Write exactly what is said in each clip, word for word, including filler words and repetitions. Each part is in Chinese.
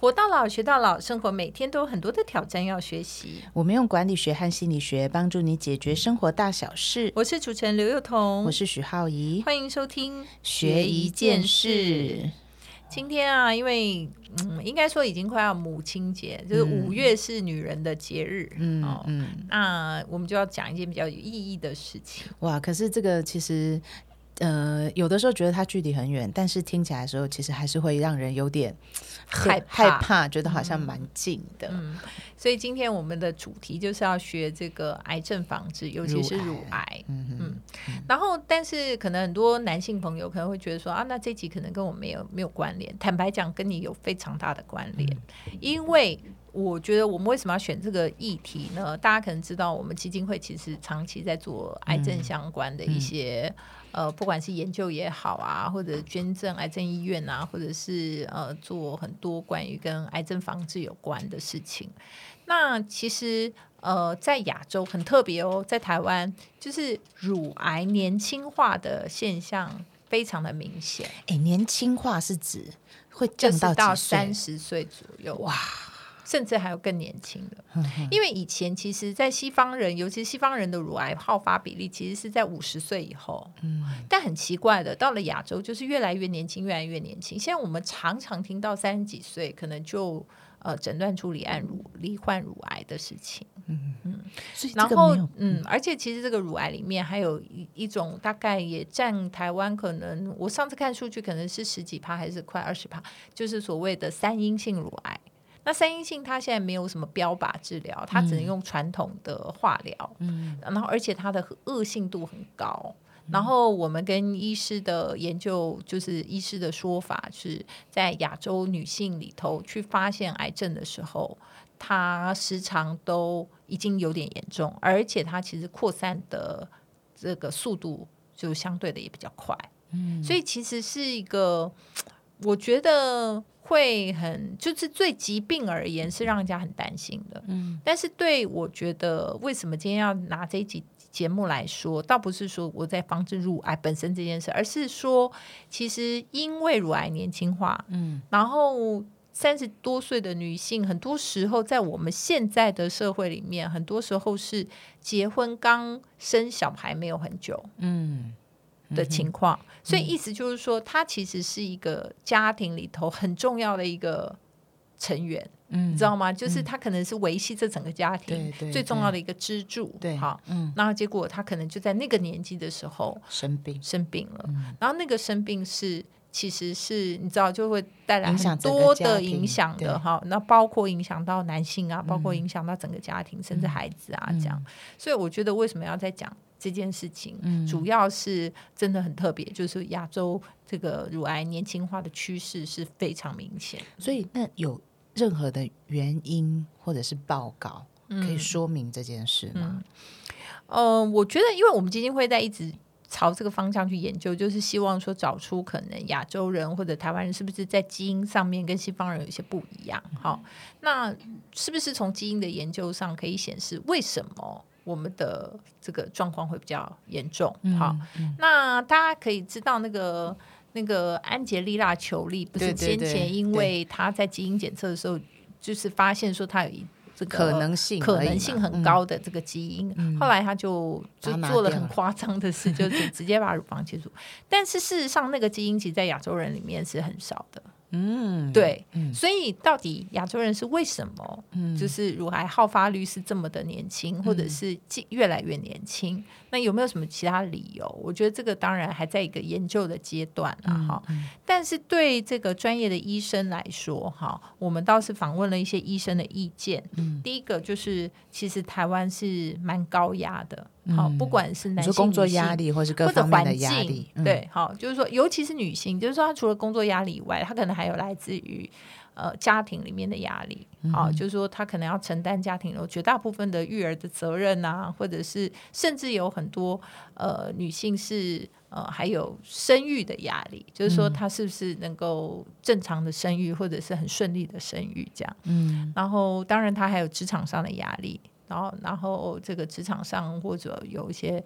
活到老学到老，生活每天都有很多的挑战要学习。 我们用管理学和心理学帮助你解决生活大小事。 我是主持人刘幼彤， 我是许浩怡， 欢迎收听学一件事。 今天啊，因为嗯，应该说已经快要母亲节，就是五月是女人的节日，嗯、哦、嗯，那我们就要讲一件比较有意义的事情。 哇，可是这个其实呃，有的时候觉得它距离很远，但是听起来的时候其实还是会让人有点害怕害怕，觉得好像蛮近的、 嗯嗯、所以今天我们的主题就是要学这个癌症防治，尤其是乳癌。嗯嗯嗯，然后但是可能很多男性朋友可能会觉得说啊，那这集可能跟我没有没有关联。坦白讲，跟你有非常大的关联、嗯、因为我觉得我们为什么要选这个议题呢？大家可能知道我们基金会其实长期在做癌症相关的一些、嗯嗯、呃，不管是研究也好啊，或者捐赠癌症医院啊，或者是呃做很多关于跟癌症防治有关的事情。那其实呃在亚洲很特别哦，在台湾就是乳癌年轻化的现象非常的明显。 哎，年轻化是指会降到几岁？ 就是到三十岁左右。哇！甚至还有更年轻的，因为以前其实在西方人，尤其是西方人的乳癌好发比例其实是在五十岁以后、嗯、但很奇怪的，到了亚洲就是越来越年轻越来越年轻。现在我们常常听到三十几岁可能就呃诊断出罹患乳罹患乳癌的事情。嗯嗯，然后嗯，而且其实这个乳癌里面还有 一, 一种大概也占台湾可能我上次看数据可能是十几趴还是快二十趴，就是所谓的三阴性乳癌。那三阴性它现在没有什么标靶治疗，它只能用传统的化疗、嗯、然后而且它的恶性度很高、嗯、然后我们跟医师的研究，就是医师的说法是在亚洲女性里头去发现癌症的时候，它时常都已经有点严重，而且它其实扩散的这个速度就相对的也比较快、嗯、所以其实是一个我觉得会很就是对疾病而言是让人家很担心的、嗯、但是对我觉得为什么今天要拿这一集节目来说，倒不是说我在防治乳癌本身这件事，而是说其实因为乳癌年轻化、嗯、然后三十多岁的女性很多时候在我们现在的社会里面，很多时候是结婚刚生小孩没有很久嗯的情况、嗯、所以意思就是说它其实是一个家庭里头很重要的一个成员、嗯、你知道吗？就是它可能是维系这整个家庭最重要的一个支柱。对，好，嗯，然后结果他可能就在那个年纪的时候生病生病了、嗯、然后那个生病是其实是你知道就会带来很多的影响的哈，那包括影响到男性啊、嗯、包括影响到整个家庭甚至孩子啊、嗯、这样。所以我觉得为什么要再讲这件事情、嗯、主要是真的很特别，就是亚洲这个乳癌年轻化的趋势是非常明显。 所以那有任何的原因或者是报告可以说明这件事吗？ 嗯呃、我觉得因为我们基金会在一直朝这个方向去研究，就是希望说找出可能亚洲人或者台湾人是不是在基因上面跟西方人有一些不一样。好，那是不是从基因的研究上可以显示为什么我们的这个状况会比较严重？好、嗯嗯，那大家可以知道那个那个安杰丽娜·裘丽不是先前因为她在基因检测的时候就是发现说她有一这个可能性可能性很高的这个基因、嗯、后来他就就做了很夸张的事，就是直接把乳房切除但是事实上那个基因其实在亚洲人里面是很少的。嗯，对、嗯，所以到底亚洲人是为什么、嗯、就是乳癌好发率是这么的年轻、嗯、或者是越来越年轻，那有没有什么其他的理由？我觉得这个当然还在一个研究的阶段啦、嗯嗯、但是对这个专业的医生来说我们倒是访问了一些医生的意见、嗯、第一个就是其实台湾是蛮高压的，好、嗯，不管是男性、 工作压力或是各方面的压力， 嗯、对，好，就是说，尤其是女性，就是说，她除了工作压力以外，她可能还有来自于呃家庭里面的压力，好、嗯，就是说，她可能要承担家庭有绝大部分的育儿的责任啊，或者是甚至有很多呃女性是呃还有生育的压力，就是说，她是不是能够正常的生育，或者是很顺利的生育这样，嗯，然后当然她还有职场上的压力。然后, 然后这个职场上或者有一些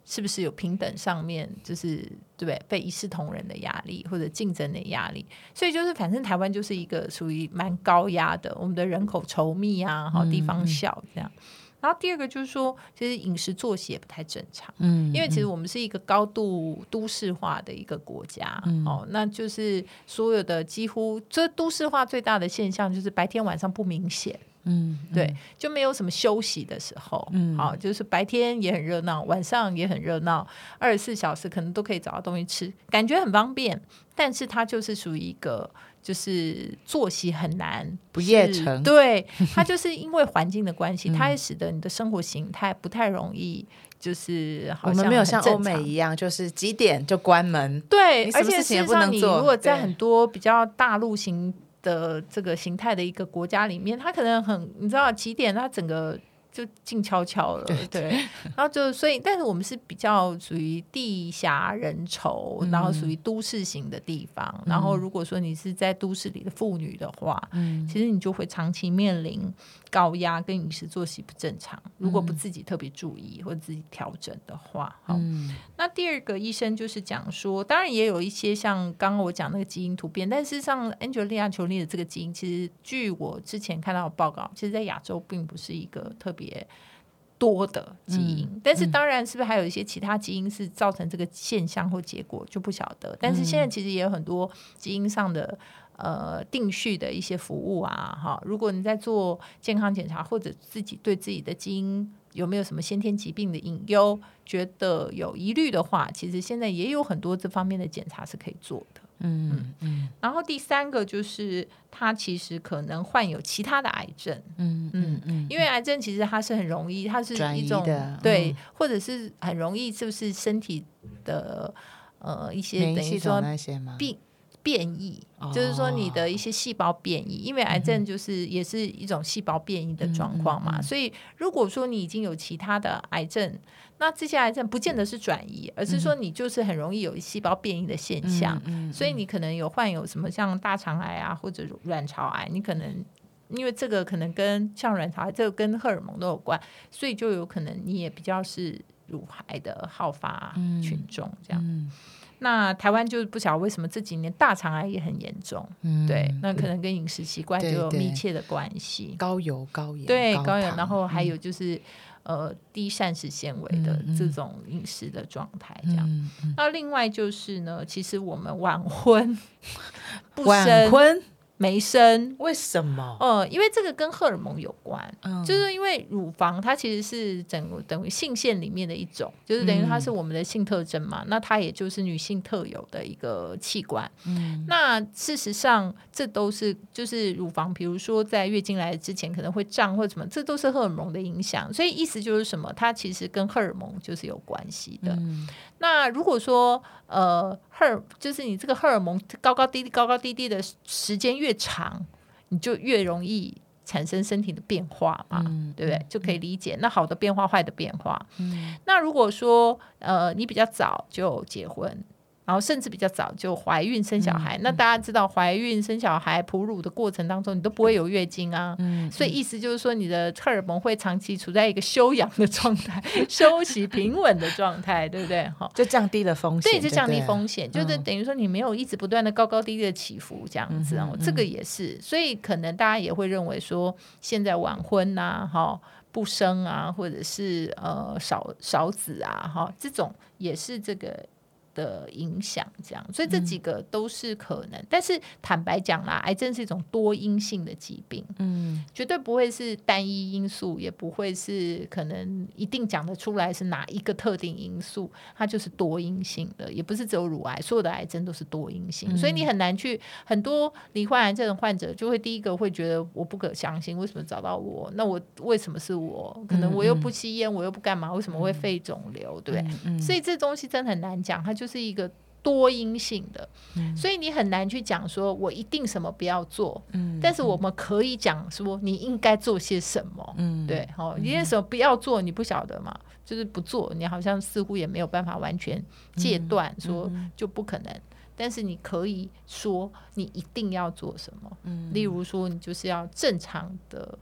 是不是有平等上面就是对不对被一视同仁的压力或者竞争的压力，所以就是反正台湾就是一个属于蛮高压的，我们的人口稠密啊，好地方小这样、嗯嗯然后第二个就是说其实饮食作息也不太正常，嗯，因为其实我们是一个高度都市化的一个国家、嗯哦、那就是所有的几乎这都市化最大的现象就是白天晚上不明显，嗯，对，就没有什么休息的时候，嗯，好，就是白天也很热闹，晚上也很热闹，二十四小时可能都可以找到东西吃，感觉很方便，但是它就是属于一个就是作息很难不夜城， 对，它就是因为环境的关系、嗯、它也使得你的生活形态不太容易就是好像我们没有像欧美一样就是几点就关门， 对， 而且事实上你如果在很多比较大陆型的这个形态的一个国家里面，它可能很你知道几点它整个就静悄悄了， 对, 对，然后就所以但是我们是比较属于地狭人稠、嗯、然后属于都市型的地方、嗯、然后如果说你是在都市里的妇女的话、嗯、其实你就会长期面临高压跟饮食作息不正常，如果不自己特别注意或者自己调整的话、嗯、那第二个医生就是讲说当然也有一些像刚刚我讲那个基因突变，但事实上 Angelina Jolie 的这个基因其实据我之前看到的报告，其实在亚洲并不是一个特别多的基因、嗯、但是当然是不是还有一些其他基因是造成这个现象或结果就不晓得，但是现在其实也有很多基因上的呃定序的一些服务啊哈，如果你在做健康检查或者自己对自己的基因有没有什么先天疾病的隐忧觉得有疑虑的话，其实现在也有很多这方面的检查是可以做的，嗯嗯，然后第三个就是他其实可能患有其他的癌症，嗯嗯嗯，因为癌症其实它是很容易，它是一种对、嗯，或者是很容易是不是身体的呃一些等于说病变异、哦、就是说你的一些细胞变异，因为癌症就是也是一种细胞变异的状况嘛、嗯嗯嗯、所以如果说你已经有其他的癌症，那这些癌症不见得是转移，而是说你就是很容易有细胞变异的现象、嗯嗯嗯、所以你可能有患有什么像大肠癌啊或者卵巢癌，你可能因为这个可能跟像卵巢癌这个跟荷尔蒙都有关，所以就有可能你也比较是乳癌的好发群众这样、嗯嗯，那台湾就不晓得为什么这几年大肠癌也很严重、嗯、对，那可能跟饮食习惯就有密切的关系， 高油高盐对高高油，然后还有就是、嗯、呃低膳食纤维的这种饮食的状态这样、嗯嗯、那另外就是呢，其实我们晚婚不生晚婚没生， 为什么？ 呃，因为这个跟荷尔蒙有关、嗯、就是因为乳房它其实是整等于性腺里面的一种，就是等于它是我们的性特征嘛、嗯、那它也就是女性特有的一个器官、嗯、那事实上这都是就是乳房比如说在月经来之前可能会胀或什么，这都是荷尔蒙的影响，所以意思就是什么，它其实跟荷尔蒙就是有关系的、嗯、那如果说呃荷就是你这个荷尔蒙高高低低高高低低的时间越越长你就越容易产生身体的变化嘛、嗯、对不对？就可以理解、嗯、那好的变化坏的变化、嗯、那如果说呃你比较早就结婚，然后甚至比较早就怀孕生小孩、嗯、那大家知道怀孕生小孩哺乳的过程当中你都不会有月经啊、嗯、所以意思就是说你的荷尔蒙会长期处在一个休养的状态休息平稳的状态，对不对？ 就降低了风险， 对，就降低风险、嗯、就是等于说你没有一直不断的高高低低的起伏这样子、哦嗯、这个也是，所以可能大家也会认为说现在晚婚啊、哦、不生啊，或者是呃少少子啊、哦、这种也是这个的影响这样，所以这几个都是可能、嗯、但是坦白讲啦，癌症是一种多因性的疾病，嗯，绝对不会是单一因素，也不会是可能一定讲得出来是哪一个特定因素，它就是多因性的，也不是只有乳癌，所有的癌症都是多因性、嗯、所以你很难去，很多罹患癌症的患者就会第一个会觉得我不可相信，为什么找到我，那我为什么是我，可能我又不吸烟、嗯、我又不干嘛，为什么会肺肿瘤、嗯、对不对、嗯嗯、所以这东西真的很难讲，它就是一个多因性的、嗯、所以你很难去讲说我一定什么不要做、嗯、但是我们可以讲说你应该做些什么、嗯、对、哦、因为什么不要做你不晓得嘛，就是不做你好像似乎也没有办法完全戒断、嗯、说就不可能、嗯、但是你可以说你一定要做什么、嗯、例如说你就是要正常的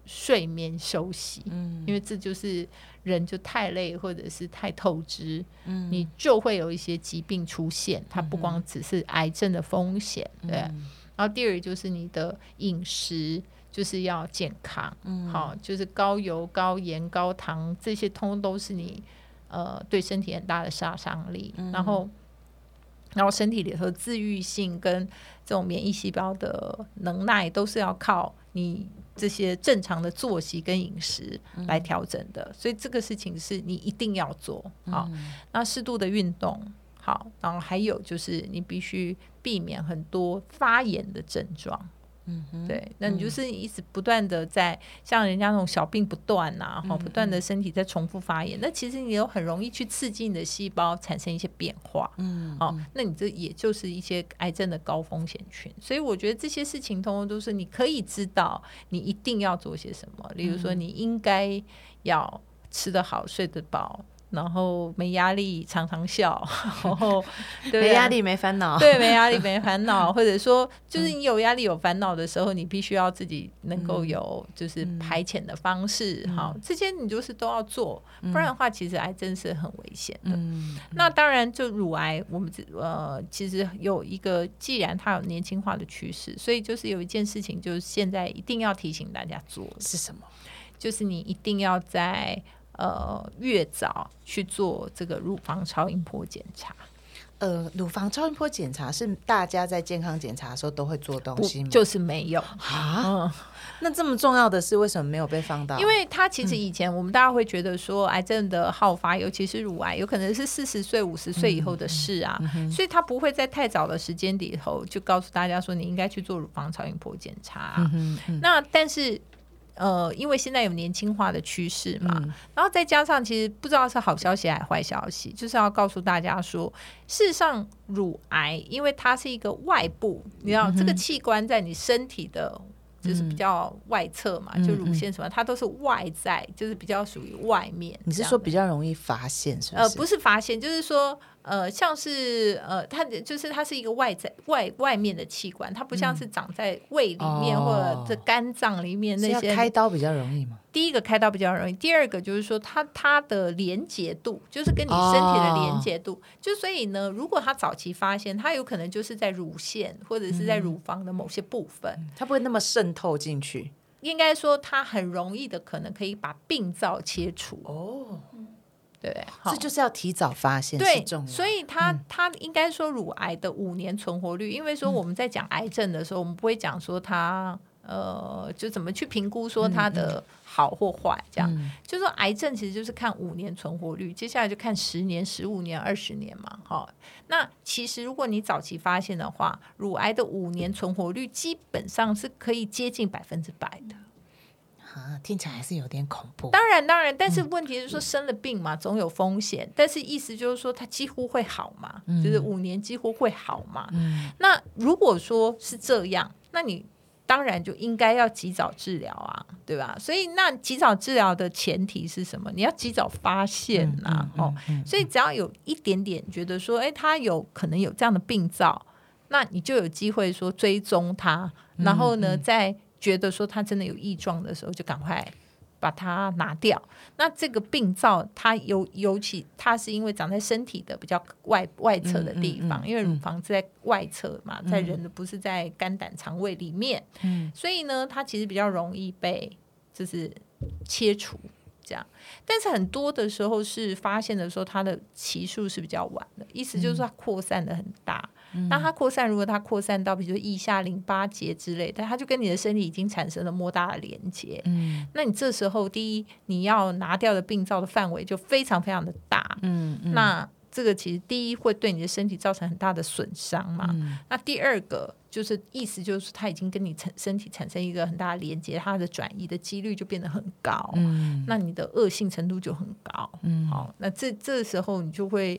睡眠休息，嗯，因为这就是人就太累或者是太透支，嗯，你就会有一些疾病出现，它不光只是癌症的风险，嗯，对。然后第二就是你的饮食就是要健康，嗯，好，就是高油、高盐、高糖这些通通都是你呃对身体很大的杀伤力，嗯，然后然后身体里头自愈性跟这种免疫细胞的能耐都是要靠你这些正常的作息跟饮食来调整的，嗯，所以这个事情是你一定要做好，嗯，那适度的运动好，然后还有就是你必须避免很多发炎的症状，嗯，对，那你就是一直不断的在像人家那种小病不断啊，嗯，不断的身体在重复发炎，那其实你有很容易去刺激你的细胞产生一些变化，嗯，哦，那你这也就是一些癌症的高风险群，所以我觉得这些事情通通都是你可以知道你一定要做些什么，例如说你应该要吃得好睡得饱，然后没压力常常笑，然后对， 没压力没烦恼， 对，没压力没烦恼，或者说就是你有压力有烦恼的时候，你必须要自己能够有就是排遣的方式，嗯，好，这些你就是都要做，不然的话其实癌症是很危险的，嗯，那当然就乳癌我们呃其实有一个既然它有年轻化的趋势，所以就是有一件事情就是现在一定要提醒大家做的是什么， 就是你一定要在呃，越早去做这个乳房超音波检查。 呃，乳房超音波检查是大家在健康检查的时候都会做东西吗？ 就是没有啊、嗯。那这么重要的是为什么没有被放到？ 因为它其实以前我们大家会觉得说癌症的好发，嗯，尤其是乳癌有可能是四十岁五十岁以后的事啊，嗯嗯，所以它不会在太早的时间里头就告诉大家说你应该去做乳房超音波检查，啊嗯嗯，那但是呃，因为现在有年轻化的趋势嘛，嗯，然后再加上其实不知道是好消息还是坏消息，就是要告诉大家说事实上乳癌因为它是一个外部，你知道，嗯，这个器官在你身体的就是比较外侧嘛，嗯，就乳腺什么，它都是外在，就是比较属于外面。 你是说比较容易发现是不是？ 呃，不是发现，就是说，呃，像是呃，它就是它是一个外在外外面的器官，它不像是长在胃里面，嗯，或者这肝脏里面那些。 要开刀比较容易吗？ 第一个开刀比较容易，第二个就是说它它的连结度，就是跟你身体的连结度，哦，就所以呢，如果它早期发现，它有可能就是在乳腺或者是在乳房的某些部分， 嗯，它不会那么渗透进去。 应该说它很容易的可能可以把病灶切除哦，对， 这就是要提早发现是重要， 对，所以它、嗯、它应该说乳癌的五年存活率，因为说我们在讲癌症的时候，我们不会讲说它呃就怎么去评估说它的好或坏，这样、嗯、就说癌症其实就是看五年存活率，接下来就看十年、十五年、二十年嘛，好，那其实如果你早期发现的话，乳癌的五年存活率基本上是可以接近百分之百的。 啊，听起来还是有点恐怖。 当然当然，但是问题是说生了病嘛、嗯、总有风险，但是意思就是说它几乎会好嘛、嗯、就是五年几乎会好嘛、嗯、那如果说是这样，那你当然就应该要及早治疗啊，对吧？所以那及早治疗的前提是什么？你要及早发现啊、嗯嗯哦嗯、所以只要有一点点觉得说哎，他有可能有这样的病灶，那你就有机会说追踪他，然后呢、嗯嗯、再觉得说他真的有异状的时候，就赶快把它拿掉。那这个病灶它尤尤其它是因为长在身体的比较外外侧的地方、嗯嗯嗯、因为乳房是在外侧嘛、嗯、在人的不是在肝胆肠胃里面、嗯、所以呢它其实比较容易被就是切除这样。但是很多的时候是发现的时候它的期数是比较晚的，意思就是它扩散的很大、嗯、那它扩散如果它扩散到比如说腋下淋巴结之类的，它就跟你的身体已经产生了莫大的连接、嗯、那你这时候第一你要拿掉的病灶的范围就非常非常的大、嗯嗯、那这个其实第一会对你的身体造成很大的损伤嘛、嗯、那第二个就是意思就是它已经跟你身体产生一个很大的连接，它的转移的几率就变得很高、嗯、那你的恶性程度就很高、嗯、好，那这这时候你就会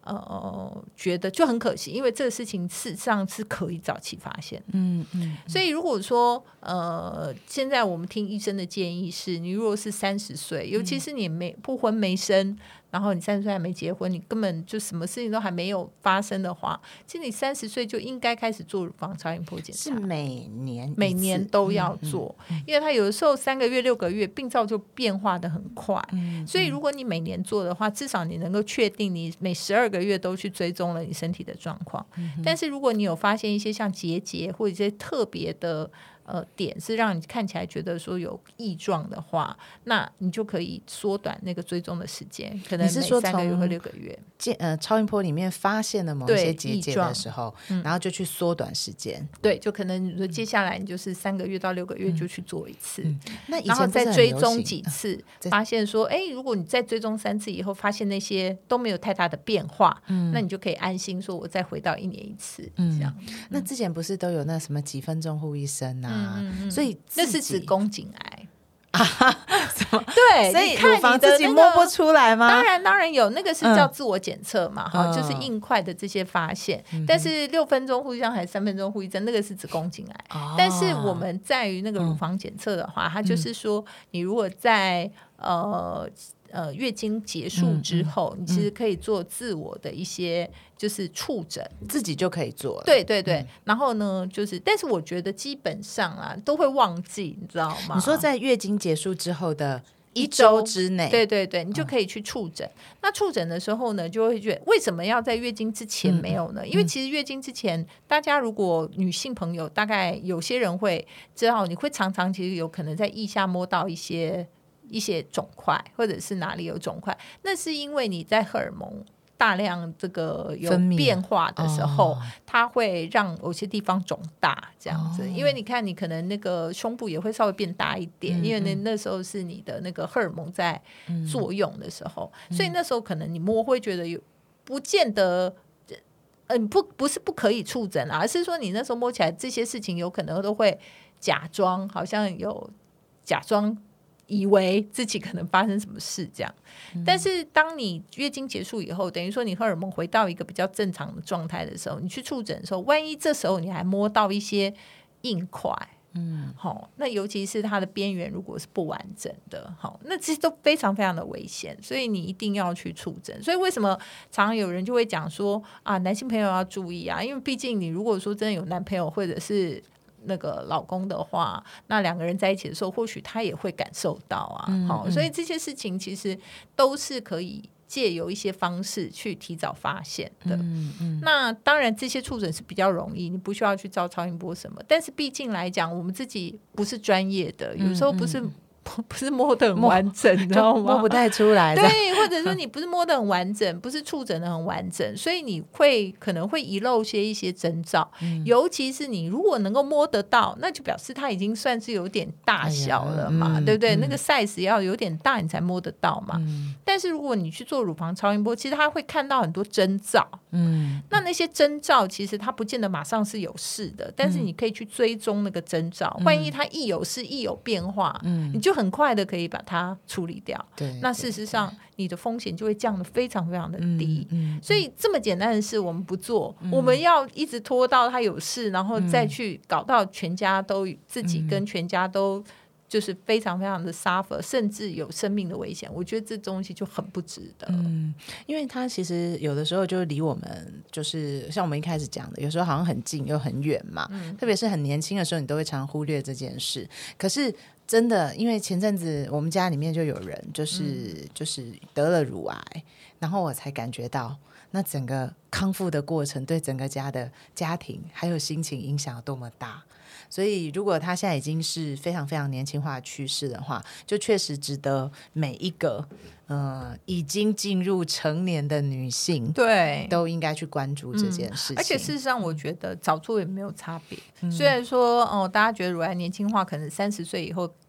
呃，觉得就很可惜，因为这个事情事实上是可以早期发现的。 嗯嗯， 所以如果说呃，现在我们听医生的建议是，你如果是三十岁，尤其是你没不婚没生，然后你三十岁还没结婚，你根本就什么事情都还没有发生的话，其实你三十岁就应该开始做乳房超音波检查， 是每年每年都要做，嗯嗯、因为它有的时候三个月六个月病灶就变化的很快，嗯嗯、所以如果你每年做的话，至少你能够确定你每十二个月都去追踪了你身体的状况。嗯、但是如果你有发现一些像结节或者一些特别的呃，点是让你看起来觉得说有异状的话，那你就可以缩短那个追踪的时间，可能每三个月或六个月。 呃，超音波里面发现了某一些结节的时候，然后就去缩短时间。 对，就可能说接下来你就是三个月到六个月就去做一次，嗯嗯、那以前然后再追踪几次，啊、发现说，哎，如果你再追踪三次以后，发现那些都没有太大的变化，嗯、那你就可以安心说，我再回到一年一次，嗯、这样。 那之前不是都有那什么几分钟护一生啊？嗯嗯、所以那是子宫颈癌啊？什么？ 对， 所以乳房自己摸不出来吗？ 当然当然有，那个是叫自我检测嘛，哈、嗯，就是硬块的这些发现。嗯、但是六分钟护一针还是三分钟护一针，那个是子宫颈癌。哦、但是我们在于那个乳房检测的话，嗯、它就是说，你如果在呃。呃，月经结束之后，嗯嗯、你其实可以做自我的一些就是触诊， 自己就可以做了。 对对对，嗯、然后呢，就是但是我觉得基本上啊都会忘记，你知道吗？ 你说在月经结束之后的一周之内， 对对对，你就可以去触诊。嗯、那触诊的时候呢，就会觉得为什么要在月经之前没有呢？嗯、因为其实月经之前，大家如果女性朋友，大概有些人会知道，你会常常其实有可能在腋下摸到一些。一些肿块或者是哪里有肿块，那是因为你在荷尔蒙大量这个有变化的时候、哦、它会让有些地方肿大这样子、哦、因为你看你可能那个胸部也会稍微变大一点、嗯、因为 那, 那时候是你的那个荷尔蒙在作用的时候、嗯、所以那时候可能你摸会觉得有不见得嗯，不不是不可以触诊啊，而是说你那时候摸起来这些事情有可能都会假装好像有假装以为自己可能发生什么事这样、嗯、但是当你月经结束以后，等于说你荷尔蒙回到一个比较正常的状态的时候，你去触诊的时候，万一这时候你还摸到一些硬块，嗯，好，那尤其是它的边缘如果是不完整的，好，那这些都非常非常的危险，所以你一定要去触诊。所以为什么常常有人就会讲说啊，男性朋友要注意啊，因为毕竟你如果说真的有男朋友或者是那个老公的话，那两个人在一起的时候或许他也会感受到啊、嗯嗯、所以这些事情其实都是可以借由一些方式去提早发现的、嗯嗯、那当然这些触诊是比较容易，你不需要去照超音波什么，但是毕竟来讲我们自己不是专业的，有时候不是、嗯嗯不是摸得很完整，你知道吗？ 摸不太出来， 对，或者说你不是摸得很完整，不是触诊的很完整，所以你会可能会遗漏些一些征兆、嗯、尤其是你如果能够摸得到，那就表示它已经算是有点大小了嘛、哎嗯、对不对、嗯、那个 size 要有点大你才摸得到嘛、嗯、但是如果你去做乳房超音波，其实它会看到很多征兆、嗯、那那些征兆其实它不见得马上是有事的，但是你可以去追踪那个征兆、嗯、万一它一有事一有变化、嗯、你就很快的可以把它处理掉，对，那事实上你的风险就会降得非常非常的低、嗯嗯、所以这么简单的事我们不做、嗯、我们要一直拖到他有事然后再去搞到全家都自己跟全家都就是非常非常的 suffer， 甚至有生命的危险，我觉得这东西就很不值得。 嗯，因为它其实有的时候就离我们就是像我们一开始讲的，有时候好像很近又很远嘛、嗯、特别是很年轻的时候你都会常忽略这件事，可是真的因为前阵子我们家里面就有人就是、嗯、就是得了乳癌，然后我才感觉到那整个康复的过程对整个家的家庭还有心情影响有多么大，所以如果他现在已经是非常非常年轻化的趋势的话，就确实值得每一个呃已经进入成年的女性对都应该去关注这件事情、嗯、 而且事实上我觉得早做也没有差别、嗯、虽然说、哦、大家觉得乳癌年轻化可能三十岁以后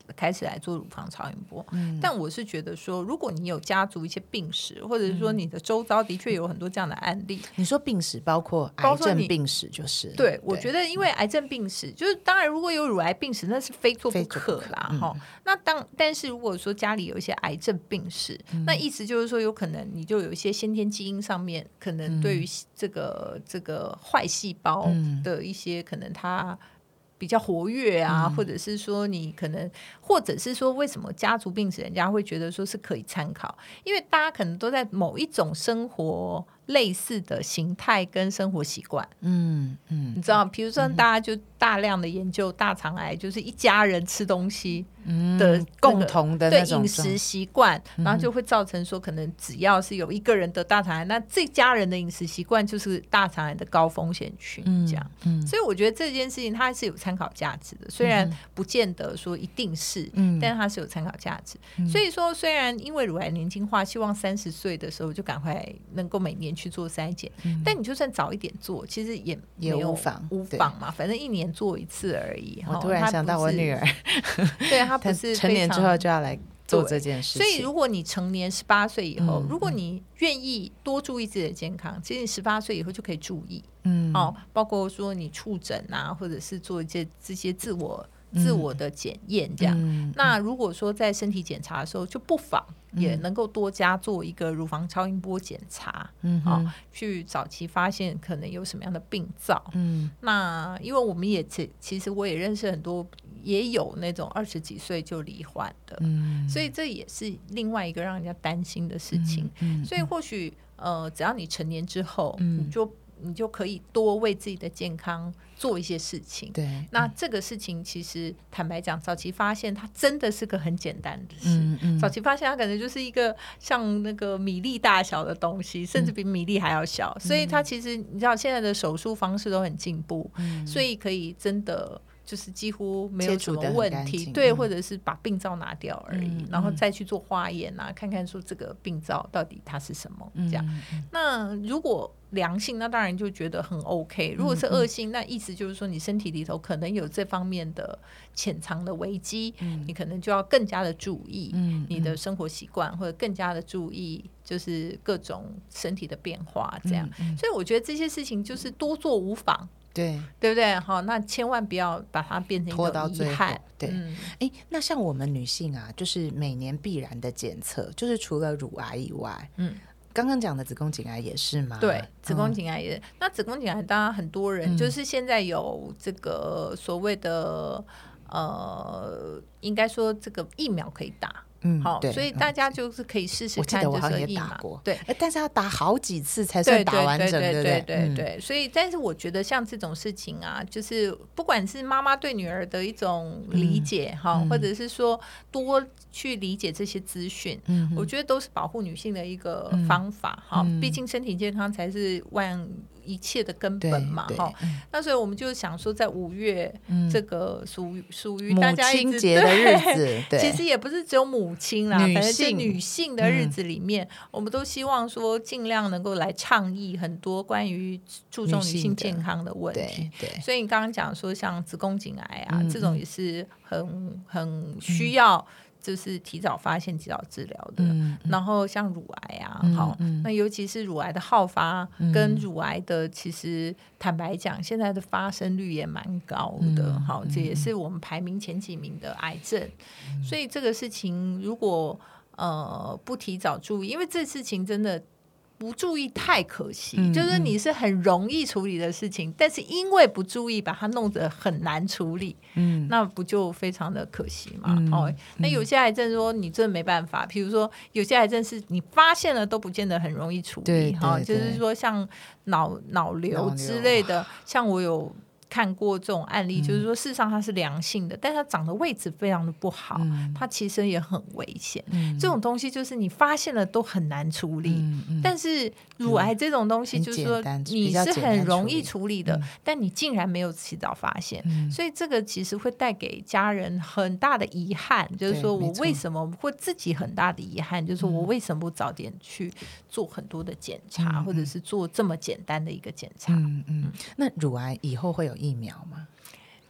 开始来做乳房超音波、嗯、但我是觉得说如果你有家族一些病史，或者是说你的周遭的确有很多这样的案例、嗯、 你说病史包括癌症病史就是，对， 对，我觉得因为癌症病史就是当然如果有乳癌病史那是非做不可啦、嗯、那当但是如果说家里有一些癌症病史、嗯、那意思就是说有可能你就有一些先天基因上面可能对于这个、嗯、这个坏细胞的一些可能它比较活跃啊、嗯、或者是说你可能或者是说为什么家族病史人家会觉得说是可以参考，因为大家可能都在某一种生活类似的形态跟生活习惯，嗯嗯，你知道比如说大家就大量的研究大肠癌，就是一家人吃东西的、 嗯、共同的那种对饮食习惯、嗯、然后就会造成说可能只要是有一个人得大肠癌，那这家人的饮食习惯就是大肠癌的高风险群这样、嗯嗯、所以我觉得这件事情它是有参考价值的，虽然不见得说一定是、嗯、但是它是有参考价值、嗯、所以说虽然因为乳癌年轻化希望三十岁的时候就赶快能够每年去做筛检、嗯、但你就算早一点做其实也没有也无妨无妨嘛，反正一年做一次而已。 我突然想到我女儿对，她不是成年之后就要来做这件事情， 所以如果你成年十八岁以后、嗯、如果你愿意多注意自己的健康，其实你十八岁以后就可以注意、嗯哦、包括说你触诊啊，或者是做一些这些自我自我的检验这样、嗯、那如果说在身体检查的时候就不妨也能够多加做一个乳房超音波检查、嗯哦、去早期发现可能有什么样的病灶、嗯、那因为我们也其实我也认识很多也有那种二十几岁就罹患的、嗯、所以这也是另外一个让人家担心的事情、嗯嗯、所以或许呃，只要你成年之后、嗯、你就你就可以多为自己的健康做一些事情。对，那这个事情其实坦白讲，早期发现它真的是个很简单的事。嗯嗯、早期发现它可能就是一个像那个米粒大小的东西，甚至比米粒还要小。嗯、所以它其实你知道现在的手术方式都很进步，嗯、所以可以真的。就是几乎没有什么问题，对、嗯，或者是把病灶拿掉而已、嗯、然后再去做化验啊、嗯、看看说这个病灶到底它是什么、嗯、这样、嗯、那如果良性那当然就觉得很 OK， 如果是恶性、嗯、那意思就是说你身体里头可能有这方面的潜藏的危机、嗯、你可能就要更加的注意你的生活习惯、嗯、或者更加的注意就是各种身体的变化这样、嗯嗯、所以我觉得这些事情就是多做无妨，对对不对？好，那千万不要把它变成一个遗憾。 对，嗯、那像我们女性啊，就是每年必然的检测，就是除了乳癌以外，嗯，刚刚讲的子宫颈癌也是吗？ 对，子宫颈癌也是、嗯、那子宫颈癌当然很多人、嗯、就是现在有这个所谓的呃，应该说这个疫苗可以打。嗯，好，所以大家就是可以试试看，就是我记得我好像也打过， 对， 但是要打好几次才算打完整，对对对对对对。所以，但是我觉得像这种事情啊，就是不管是妈妈对女儿的一种理解哈、嗯，或者是说多去理解这些资讯，嗯，我觉得都是保护女性的一个方法哈。毕、嗯、竟身体健康才是万一切的根本嘛哈、嗯。那所以我们就想说，在五月、嗯、这个属属于大家一直母亲节的日子，对， 其实也不是只有母亲啦，反正是女性的日子里面、嗯、我们都希望说尽量能够来倡议很多关于注重女性健康的问题。对对，所以你刚刚讲说像子宫颈癌啊、嗯、这种也是很很需要就是提早发现提早治疗的、嗯、然后像乳癌啊、嗯好嗯、那尤其是乳癌的好发、嗯、跟乳癌的其实坦白讲现在的发生率也蛮高的、嗯、好，这也是我们排名前几名的癌症、嗯、所以这个事情如果呃不提早注意，因为这事情真的不注意太可惜、嗯、就是你是很容易处理的事情、嗯、但是因为不注意把它弄得很难处理、嗯、那不就非常的可惜嘛、嗯哦、那有些癌症说你真的没办法，比如说有些癌症是你发现了都不见得很容易处理，对对对、哦、就是说像脑脑瘤之类的，像我有看过这种案例、嗯、就是说事实上它是良性的，但它长的位置非常的不好、嗯、它其实也很危险、嗯、这种东西就是你发现了都很难处理、嗯嗯、但是乳癌这种东西就是说你是很容易处理的、嗯、但你竟然没有提早发现、嗯、所以这个其实会带给家人很大的遗憾，就是说我为什么会自己很大的遗憾，就是说我为什么不早点去做很多的检查、嗯、或者是做这么简单的一个检查。 嗯嗯，那乳癌以后会有疫苗吗？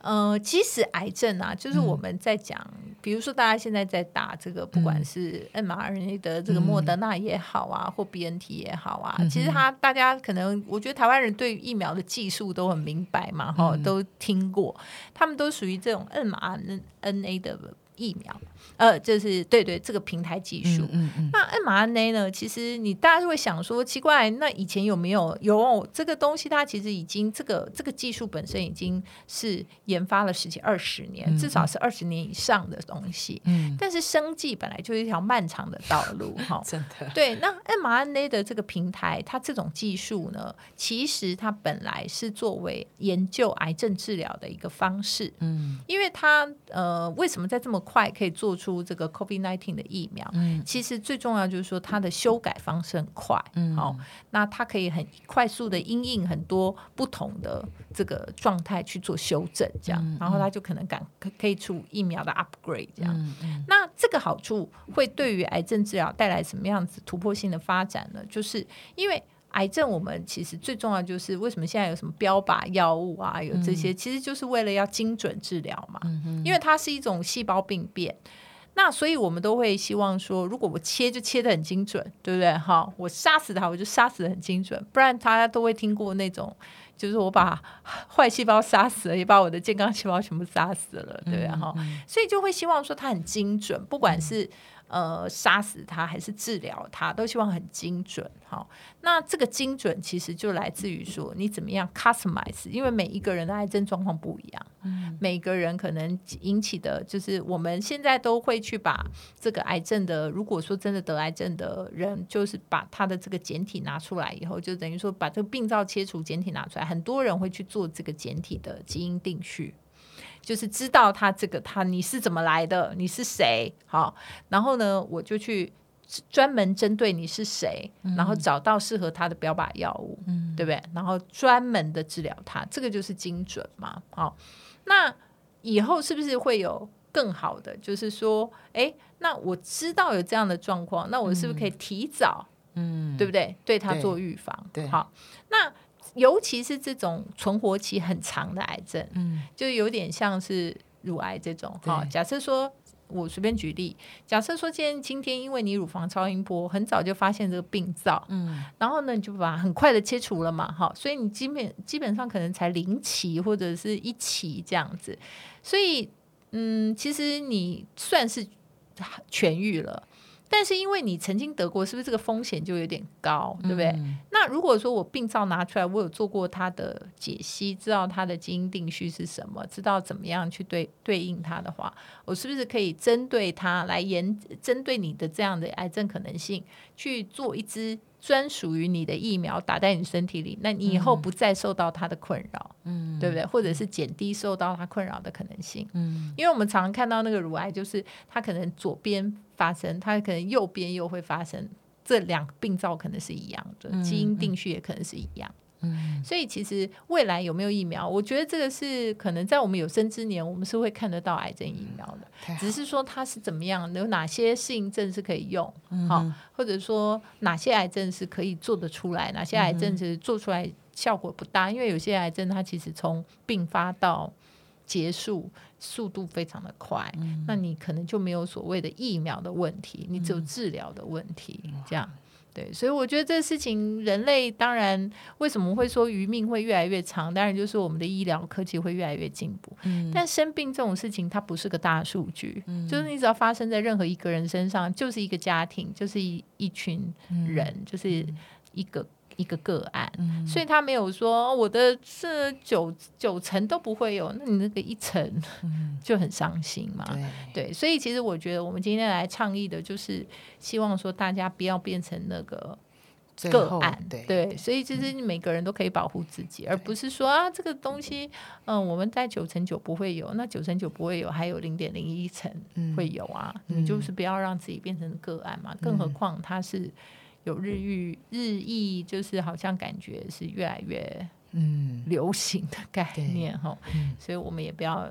呃，其实癌症啊，就是我们在讲、嗯，比如说大家现在在打这个，不管是 M R N A 的这个莫德纳也好啊，嗯、或 B N T 也好啊，嗯、其实他大家可能，我觉得台湾人对疫苗的技术都很明白嘛，哈、嗯，都听过，他们都属于这种 M R N A 的疫苗，呃，就是对对这个平台技术。嗯嗯嗯，那 M R N A 呢？其实你大家就会想说，奇怪，那以前有没有有这个东西？它其实已经这个这个技术本身已经是研发了十几二十年，嗯嗯，至少是二十年以上的东西。嗯，但是生技本来就是一条漫长的道路，哈， 真的。 对，那 M R N A 的这个平台，它这种技术呢，其实它本来是作为研究癌症治疗的一个方式。嗯，因为它呃，为什么在这么快可以做出这个 COVID 十九 的疫苗、嗯、其实最重要就是说它的修改方式很快、嗯哦、那它可以很快速的因应很多不同的这个状态去做修正这样、嗯、然后它就可能敢可以出疫苗的 upgrade 这样、嗯嗯、那这个好处会对于癌症治疗带来什么样子突破性的发展呢？就是因为癌症我们其实最重要就是为什么现在有什么标靶药物啊，有这些、嗯、其实就是为了要精准治疗嘛、嗯、因为它是一种细胞病变，那所以我们都会希望说，如果我切就切得很精准，对不对？好，我杀死它我就杀死得很精准，不然大家都会听过那种就是我把坏细胞杀死了，也把我的健康细胞全部杀死了，对不对？嗯嗯，所以就会希望说它很精准，不管是、嗯呃，杀死它还是治疗它，都希望很精准。好，那这个精准其实就来自于说你怎么样 customize， 因为每一个人的癌症状况不一样、嗯、每个人可能引起的就是我们现在都会去把这个癌症的，如果说真的得癌症的人，就是把他的这个简体拿出来以后，就等于说把这个病灶切除简体拿出来，很多人会去做这个简体的基因定序，就是知道他这个他你是怎么来的，你是谁，好，然后呢我就去专门针对你是谁、嗯、然后找到适合他的标靶药物、嗯、对不对？然后专门的治疗他，这个就是精准嘛。好，那以后是不是会有更好的，就是说哎，那我知道有这样的状况，那我是不是可以提早嗯，对不对？对他做预防。 对， 好，那尤其是这种存活期很长的癌症、嗯、就有点像是乳癌这种。好，假设说我随便举例，假设说今天今天因为你乳房超音波很早就发现这个病灶、嗯、然后呢你就把它很快的切除了嘛，好，所以你基本基本上可能才零期或者是一期这样子，所以嗯，其实你算是痊愈了，但是因为你曾经得过，是不是这个风险就有点高，对不对、嗯、那如果说我病灶拿出来，我有做过它的解析，知道它的基因定序是什么，知道怎么样去 对, 对应它的话，我是不是可以针对它来研针对你的这样的癌症可能性去做一支专属于你的疫苗打在你身体里，那你以后不再受到它的困扰、嗯、对不对？或者是减低受到它困扰的可能性、嗯、因为我们常常看到那个乳癌，就是它可能左边发生，它可能右边又会发生，这两个病灶可能是一样的、嗯、基因定序也可能是一样、嗯、所以其实未来有没有疫苗，我觉得这个是可能在我们有生之年我们是会看得到癌症疫苗的，只是说它是怎么样，有哪些适应症是可以用、嗯哦、或者说哪些癌症是可以做得出来，哪些癌症是做出来效果不大，因为有些癌症它其实从并发到结束速度非常的快、嗯、那你可能就没有所谓的疫苗的问题，你只有治疗的问题、嗯、这样对，所以我觉得这个事情人类当然为什么会说余命会越来越长，当然就是我们的医疗科技会越来越进步、嗯、但生病这种事情它不是个大数据、嗯、就是你只要发生在任何一个人身上，就是一个家庭，就是 一, 一群人、嗯、就是一个一个个案、嗯、所以他没有说我的是九九成都不会有，那你那个一成就很伤心嘛、嗯、对, 对，所以其实我觉得我们今天来倡议的就是希望说大家不要变成那个个案， 对, 对，所以其实每个人都可以保护自己、嗯、而不是说啊这个东西嗯，我们在九成九不会有，那九成九不会有还有零点零一成会有啊、嗯、你就是不要让自己变成个案嘛、嗯、更何况它是有日益日益就是好像感觉是越来越流行的概念、嗯、所以我们也不要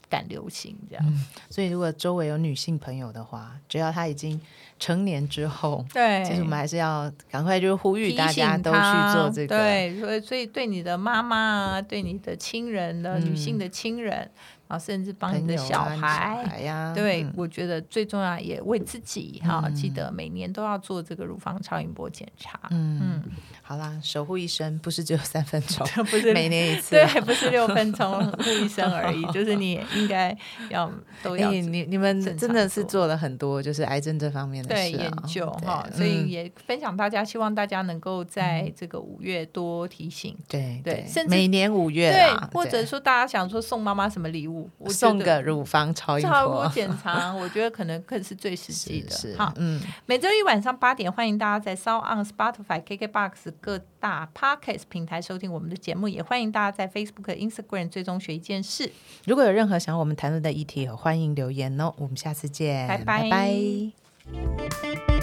赶流行这样、 嗯、所以如果周围有女性朋友的话，只要她已经成年之后， 对， 其实我们还是要赶快就呼吁大家都去做这个， 对，所以所以对你的妈妈啊，对你的亲人的、嗯、女性的亲人，然后甚至帮你的小孩， 小孩呀、 对、 嗯， 我觉得最重要也为自己哈、嗯，记得每年都要做这个乳房超音波检查。 嗯，嗯好啦，守护一生不是只有三分钟， 不是每年一次， 对，不是六分钟护一生而已，就是你也应该要都要、欸。 你你们真的是做了很多就是癌症这方面的事、啊、 对研究哈，所以也分享大家，希望大家能够在这个五月多提醒，嗯、 对对，甚至每年五月对，或者说大家想说送妈妈什么礼物，我送个乳房超音波检查，我觉得可能更是最实际的。 是是好， 嗯， 每周一晚上八点，欢迎大家在 SoundOn、Spotify、K K B O X 各大 Podcast 平台收听我们的节目，也欢迎大家在 Facebook、Instagram 追踪学一件事。 如果有任何想要我们谈论的议题，欢迎留言哦。我们下次见， 拜拜。 拜拜。